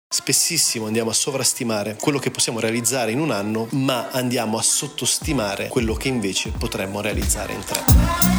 Spessissimo andiamo a sovrastimare quello che possiamo realizzare in un anno, ma andiamo a sottostimare quello che invece potremmo realizzare in 3.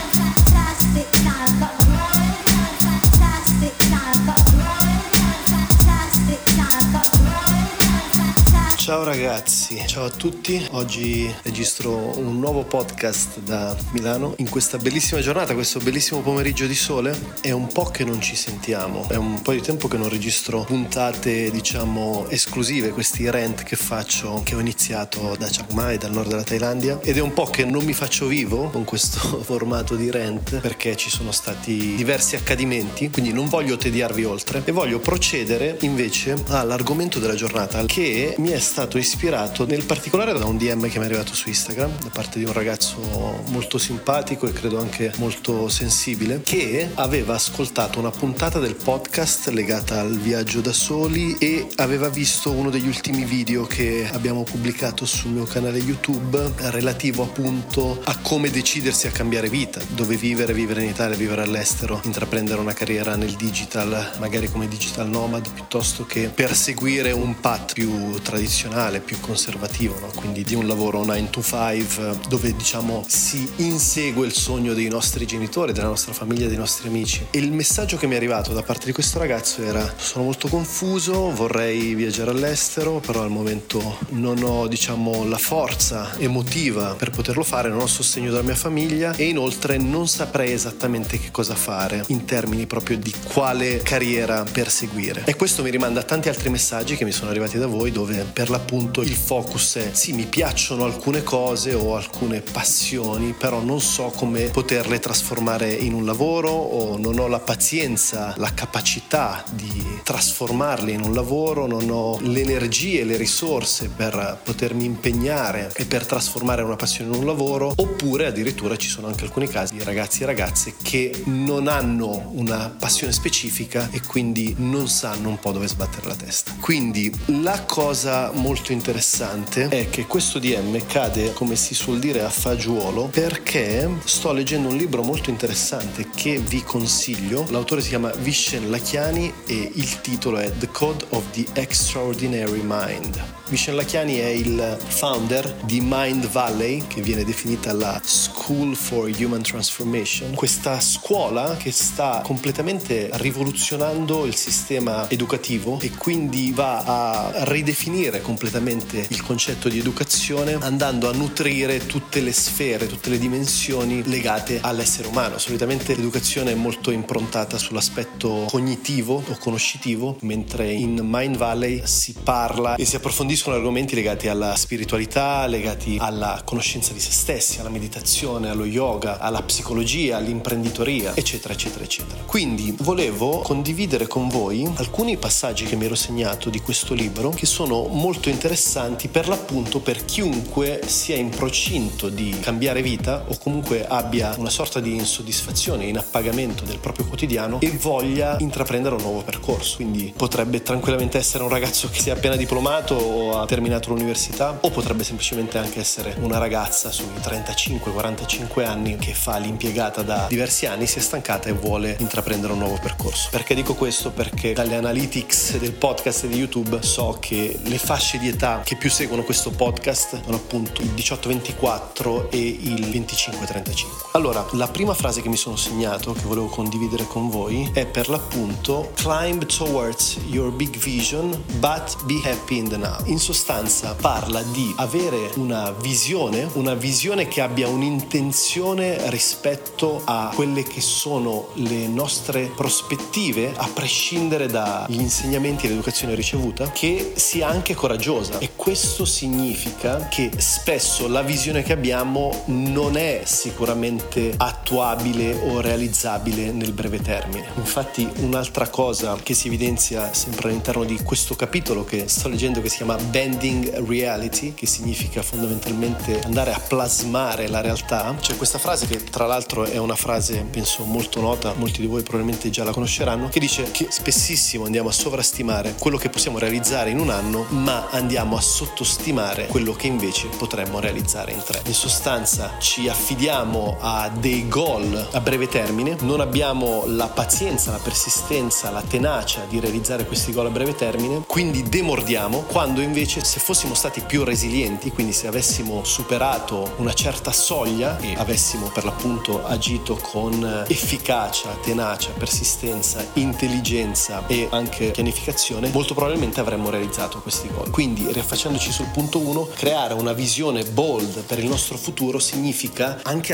Ciao ragazzi, ciao a tutti. Oggi registro un nuovo podcast da Milano in questa bellissima giornata, questo bellissimo pomeriggio di sole. È un po' che non ci sentiamo, è un po' di tempo che non registro puntate, esclusive, questi rant che faccio, che ho iniziato da Chiang Mai, dal nord della Thailandia, ed è un po' che non mi faccio vivo con questo formato di rant perché ci sono stati diversi accadimenti, quindi non voglio tediarvi oltre e voglio procedere invece all'argomento della giornata, che mi è stato ispirato nel particolare da un DM che mi è arrivato su Instagram da parte di un ragazzo molto simpatico e credo anche molto sensibile, che aveva ascoltato una puntata del podcast legata al viaggio da soli e aveva visto uno degli ultimi video che abbiamo pubblicato sul mio canale YouTube relativo appunto a come decidersi a cambiare vita, dove vivere in Italia, vivere all'estero, intraprendere una carriera nel digital, magari come digital nomad, piuttosto che perseguire un path più tradizionale, più conservativo, no? Quindi di un lavoro 9 to 5 dove si insegue il sogno dei nostri genitori, della nostra famiglia, dei nostri amici. E il messaggio che mi è arrivato da parte di questo ragazzo era: sono molto confuso, vorrei viaggiare all'estero, però al momento non ho la forza emotiva per poterlo fare, non ho sostegno dalla mia famiglia e inoltre non saprei esattamente che cosa fare in termini proprio di quale carriera perseguire. E questo mi rimanda a tanti altri messaggi che mi sono arrivati da voi, dove per l'appunto il focus è: sì, mi piacciono alcune cose o alcune passioni, però non so come poterle trasformare in un lavoro, o non ho la pazienza, la capacità di trasformarle in un lavoro, non ho le energie, le risorse per potermi impegnare e per trasformare una passione in un lavoro. Oppure addirittura ci sono anche alcuni casi di ragazzi e ragazze che non hanno una passione specifica e quindi non sanno un po' dove sbattere la testa. Quindi la cosa molto interessante è che questo DM cade, come si suol dire, a fagiolo, perché sto leggendo un libro molto interessante che vi consiglio. L'autore si chiama Vishen Lakhiani e il titolo è The Code of the Extraordinary Mind. Vishen Lakhiani è il founder di Mind Valley, che viene definita la School for Human Transformation, questa scuola che sta completamente rivoluzionando il sistema educativo e quindi va a ridefinire completamente il concetto di educazione, andando a nutrire tutte le sfere, tutte le dimensioni legate all'essere umano. Solitamente l'educazione è molto improntata sull'aspetto cognitivo o conoscitivo, mentre in Mind Valley si parla e si approfondiscono argomenti legati alla spiritualità, legati alla conoscenza di se stessi, alla meditazione, allo yoga, alla psicologia, all'imprenditoria, eccetera eccetera eccetera. Quindi volevo condividere con voi alcuni passaggi che mi ero segnato di questo libro, che sono molto interessanti per l'appunto per chiunque sia in procinto di cambiare vita o comunque abbia una sorta di insoddisfazione, inappagamento del proprio quotidiano e voglia intraprendere un nuovo percorso. Quindi potrebbe tranquillamente essere un ragazzo che si è appena diplomato o ha terminato l'università, o potrebbe semplicemente anche essere una ragazza sui 35-45 anni che fa l'impiegata da diversi anni, si è stancata e vuole intraprendere un nuovo percorso. Perché dico questo? Perché dalle analytics del podcast e di YouTube so che le fasce di età che più seguono questo podcast sono appunto il 18-24 e il 25-35. Allora, la prima frase che mi sono segnato, che volevo condividere con voi, è per l'appunto: climb towards your big vision but be happy in the now. In sostanza parla di avere una visione che abbia un'intenzione rispetto a quelle che sono le nostre prospettive, a prescindere dagli insegnamenti e l'educazione ricevuta, che sia anche coraggiosa. E questo significa che spesso la visione che abbiamo non è sicuramente attuabile o realizzabile nel breve termine. Infatti un'altra cosa che si evidenzia sempre all'interno di questo capitolo che sto leggendo, che si chiama Bending Reality, che significa fondamentalmente andare a plasmare la realtà, c'è questa frase che tra l'altro è una frase penso molto nota, molti di voi probabilmente già la conosceranno, che dice che spessissimo andiamo a sovrastimare quello che possiamo realizzare in un anno, ma ma andiamo a sottostimare quello che invece potremmo realizzare in 3. In sostanza ci affidiamo a dei goal a breve termine, non abbiamo la pazienza, la persistenza, la tenacia di realizzare questi goal a breve termine, quindi demordiamo, quando invece se fossimo stati più resilienti, quindi se avessimo superato una certa soglia e avessimo per l'appunto agito con efficacia, tenacia, persistenza, intelligenza e anche pianificazione, molto probabilmente avremmo realizzato questi goal. Quindi, riaffacciandoci sul punto 1, creare una visione bold per il nostro futuro significa anche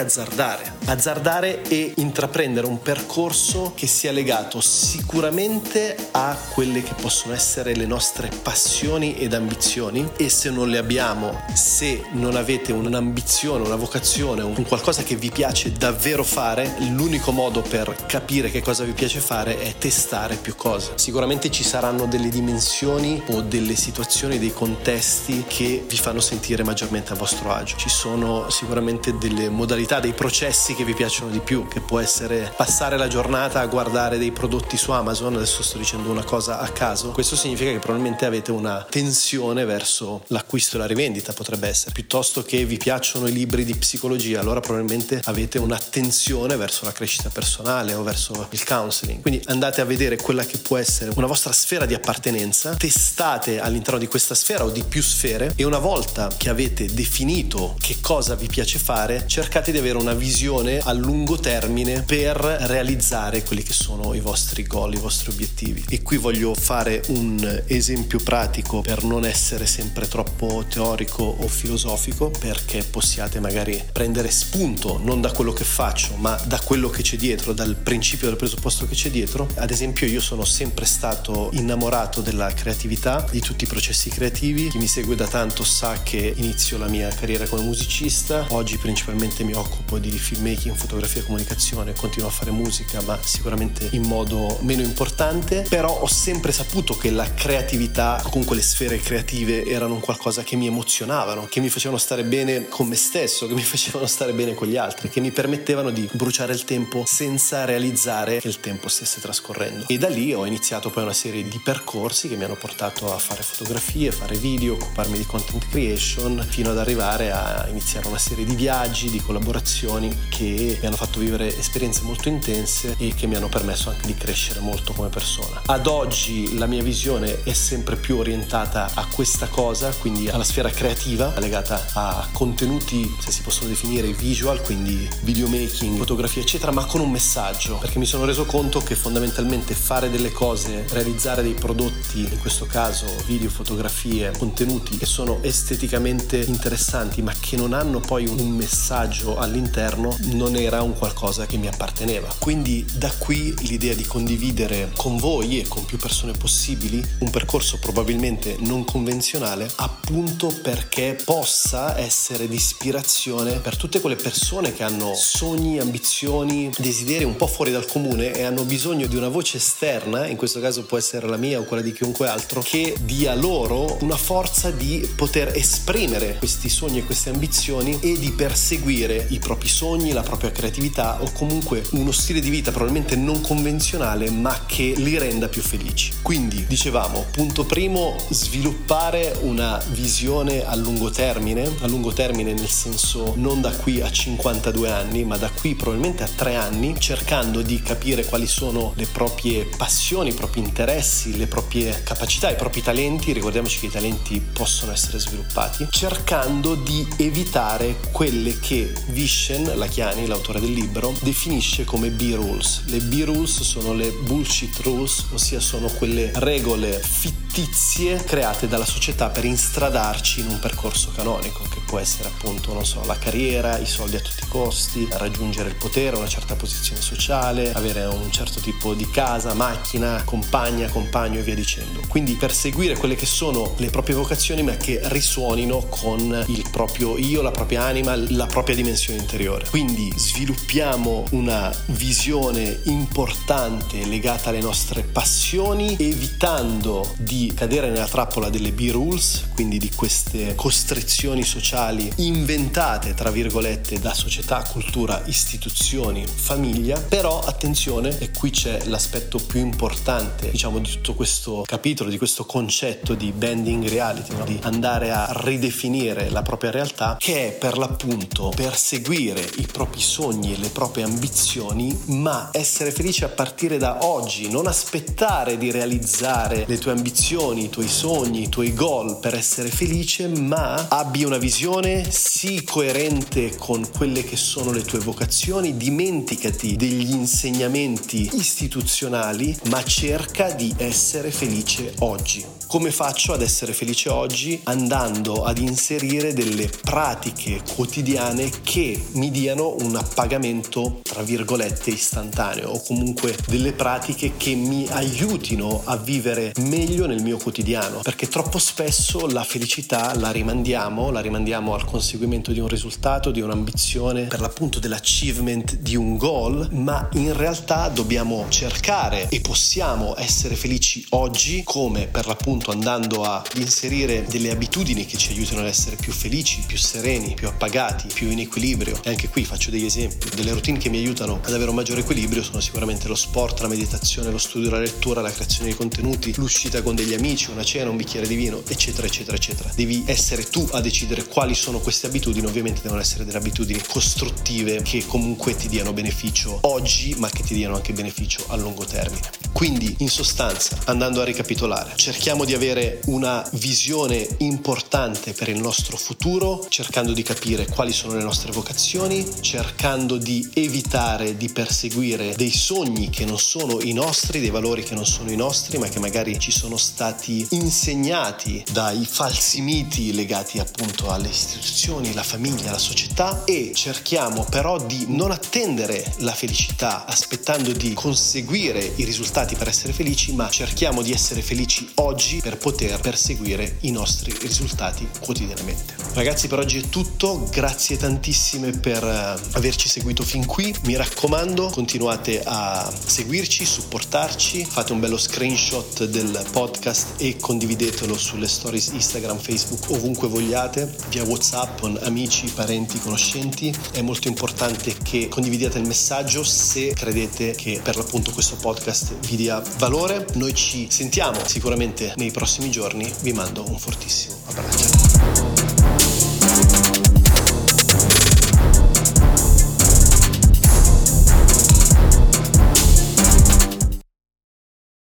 azzardare e intraprendere un percorso che sia legato sicuramente a quelle che possono essere le nostre passioni ed ambizioni, e se non le abbiamo, se non avete un'ambizione, una vocazione, un qualcosa che vi piace davvero fare, l'unico modo per capire che cosa vi piace fare è testare più cose. Sicuramente ci saranno delle dimensioni o delle situazioni, dei contesti che vi fanno sentire maggiormente a vostro agio. Ci sono sicuramente delle modalità, dei processi che vi piacciono di più, che può essere passare la giornata a guardare dei prodotti su Amazon. Adesso sto dicendo una cosa a caso, questo significa che probabilmente avete una tensione verso l'acquisto e la rivendita, potrebbe essere, piuttosto che vi piacciono i libri di psicologia, allora probabilmente avete un'attenzione verso la crescita personale o verso il counseling. Quindi andate a vedere quella che può essere una vostra sfera di appartenenza, testate all'interno di questa sfera o di più sfere, e una volta che avete definito che cosa vi piace fare, cercate di avere una visione a lungo termine per realizzare quelli che sono i vostri goal, i vostri obiettivi. E qui voglio fare un esempio pratico per non essere sempre troppo teorico o filosofico, perché possiate magari prendere spunto non da quello che faccio, ma da quello che c'è dietro, dal principio, dal presupposto che c'è dietro. Ad esempio, io sono sempre stato innamorato della creatività, di tutti i processi creativi. Chi mi segue da tanto sa che inizio la mia carriera come musicista, oggi principalmente mi occupo di filmmaking, fotografia e comunicazione, continuo a fare musica ma sicuramente in modo meno importante, però ho sempre saputo che la creatività, comunque le sfere creative, erano un qualcosa che mi emozionavano, che mi facevano stare bene con me stesso, che mi facevano stare bene con gli altri, che mi permettevano di bruciare il tempo senza realizzare che il tempo stesse trascorrendo. E da lì ho iniziato poi una serie di percorsi che mi hanno portato a fare fotografie, fare video, occuparmi di content creation, fino ad arrivare a iniziare una serie di viaggi, di collaborazioni che mi hanno fatto vivere esperienze molto intense e che mi hanno permesso anche di crescere molto come persona. Ad oggi la mia visione è sempre più orientata a questa cosa, quindi alla sfera creativa, legata a contenuti, se si possono definire visual, quindi videomaking, fotografia eccetera, ma con un messaggio, perché mi sono reso conto che fondamentalmente fare delle cose, realizzare dei prodotti, in questo caso video, fotografie, contenuti che sono esteticamente interessanti ma che non hanno poi un messaggio all'interno, non era un qualcosa che mi apparteneva. Quindi da qui l'idea di condividere con voi e con più persone possibili un percorso probabilmente non convenzionale, appunto perché possa essere di ispirazione per tutte quelle persone che hanno sogni, ambizioni, desideri un po' fuori dal comune e hanno bisogno di una voce esterna, in questo caso può essere la mia o quella di chiunque altro, che dia loro una forza di poter esprimere questi sogni e queste ambizioni e di perseguire i propri sogni, la propria creatività o comunque uno stile di vita probabilmente non convenzionale ma che li renda più felici. Quindi dicevamo, punto primo, sviluppare una visione a lungo termine nel senso non da qui a 52 anni ma da qui probabilmente a 3 anni, cercando di capire quali sono le proprie passioni, i propri interessi, le proprie capacità, i propri talenti. Ricordiamoci che i talenti possono essere sviluppati, cercando di evitare quelle che Vishen Lakhiani, l'autore del libro, definisce come B-rules. Le B-rules sono le bullshit rules, ossia sono quelle regole fittizie create dalla società per instradarci in un percorso canonico, che può essere appunto, non so, la carriera, i soldi a tutti i costi, raggiungere il potere, una certa posizione sociale, avere un certo tipo di casa, macchina, compagno e via dicendo. Quindi perseguire quelle che sono le proprie vocazioni ma che risuonino con il proprio io, la propria anima, la propria dimensione interiore. Quindi sviluppiamo una visione importante legata alle nostre passioni, evitando di di cadere nella trappola delle B-rules, quindi di queste costrizioni sociali inventate, tra virgolette, da società, cultura, istituzioni, famiglia. Però attenzione, e qui c'è l'aspetto più importante, diciamo, di tutto questo capitolo, di questo concetto di bending reality, no? Di andare a ridefinire la propria realtà, che è per l'appunto perseguire i propri sogni e le proprie ambizioni, ma essere felice a partire da oggi, non aspettare di realizzare le tue ambizioni, i tuoi sogni, i tuoi goal per essere felice, ma abbi una visione sì coerente con quelle che sono le tue vocazioni, dimenticati degli insegnamenti istituzionali, ma cerca di essere felice oggi. Come faccio ad essere felice oggi? Andando ad inserire delle pratiche quotidiane che mi diano un appagamento, tra virgolette, istantaneo, o comunque delle pratiche che mi aiutino a vivere meglio nel mio quotidiano, perché troppo spesso la felicità la rimandiamo al conseguimento di un risultato, di un'ambizione, per l'appunto dell'achievement di un goal, ma in realtà dobbiamo cercare e possiamo essere felici oggi, come per l'appunto andando ad inserire delle abitudini che ci aiutano ad essere più felici, più sereni, più appagati, più in equilibrio. E anche qui faccio degli esempi. Delle routine che mi aiutano ad avere un maggiore equilibrio sono sicuramente lo sport, la meditazione, lo studio, la lettura, la creazione di contenuti, l'uscita con degli amici, una cena, un bicchiere di vino, eccetera eccetera eccetera. Devi essere tu a decidere quali sono queste abitudini. Ovviamente devono essere delle abitudini costruttive che comunque ti diano beneficio oggi, ma che ti diano anche beneficio a lungo termine. Quindi, in sostanza, andando a ricapitolare, cerchiamo di avere una visione importante per il nostro futuro, cercando di capire quali sono le nostre vocazioni, cercando di evitare di perseguire dei sogni che non sono i nostri, dei valori che non sono i nostri, ma che magari ci sono stati insegnati dai falsi miti legati appunto alle istituzioni, la famiglia, la società, e cerchiamo però di non attendere la felicità aspettando di conseguire i risultati per essere felici, ma cerchiamo di essere felici oggi per poter perseguire i nostri risultati quotidianamente. Ragazzi, per oggi è tutto, grazie tantissime per averci seguito fin qui. Mi raccomando, continuate a seguirci, supportarci, fate un bello screenshot del podcast e condividetelo sulle stories Instagram, Facebook, ovunque vogliate, via WhatsApp con amici, parenti, conoscenti. È molto importante che condividiate il messaggio se credete che per l'appunto questo podcast vi dia valore. Noi ci sentiamo sicuramente nei prossimi giorni. Vi mando un fortissimo abbraccio.